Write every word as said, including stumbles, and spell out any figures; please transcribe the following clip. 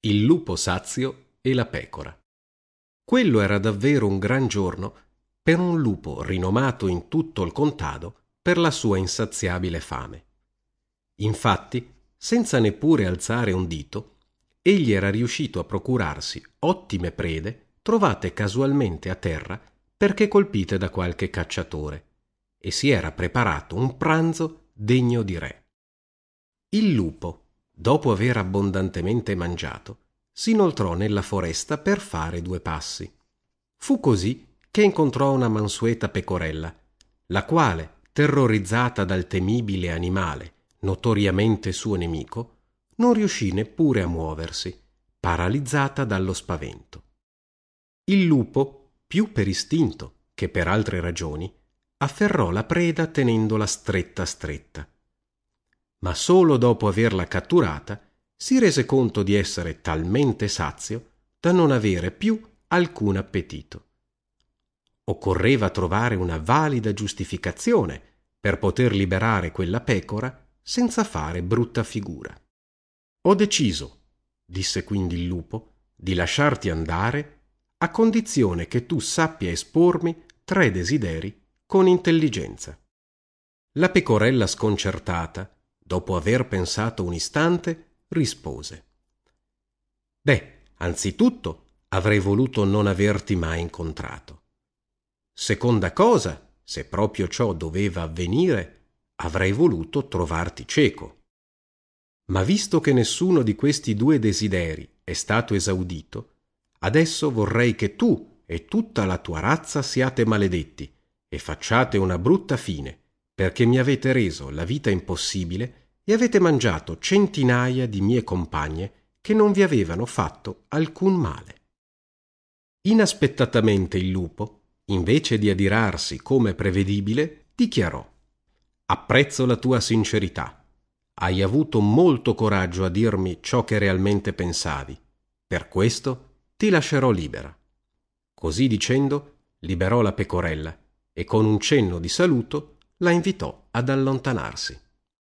Il lupo sazio e la pecora. Quello era davvero un gran giorno per un lupo rinomato in tutto il contado per la sua insaziabile fame. Infatti, senza neppure alzare un dito, egli era riuscito a procurarsi ottime prede trovate casualmente a terra perché colpite da qualche cacciatore, e si era preparato un pranzo degno di re. Il lupo, dopo aver abbondantemente mangiato, si inoltrò nella foresta per fare due passi. Fu così che incontrò una mansueta pecorella, la quale, terrorizzata dal temibile animale, notoriamente suo nemico, non riuscì neppure a muoversi, paralizzata dallo spavento. Il lupo, più per istinto che per altre ragioni, afferrò la preda tenendola stretta stretta. Ma solo dopo averla catturata si rese conto di essere talmente sazio da non avere più alcun appetito. Occorreva trovare una valida giustificazione per poter liberare quella pecora senza fare brutta figura. Ho deciso, disse quindi il lupo, di lasciarti andare a condizione che tu sappia espormi tre desideri con intelligenza. La pecorella sconcertata, dopo aver pensato un istante, rispose: Beh, anzitutto avrei voluto non averti mai incontrato. Seconda cosa, se proprio ciò doveva avvenire, avrei voluto trovarti cieco. Ma visto che nessuno di questi due desideri è stato esaudito, adesso vorrei che tu e tutta la tua razza siate maledetti e facciate una brutta fine, perché mi avete reso la vita impossibile e avete mangiato centinaia di mie compagne che non vi avevano fatto alcun male. Inaspettatamente il lupo, invece di adirarsi come prevedibile, dichiarò: Apprezzo la tua sincerità. Hai avuto molto coraggio a dirmi ciò che realmente pensavi. Per questo ti lascerò libera. Così dicendo, liberò la pecorella e con un cenno di saluto la invitò ad allontanarsi.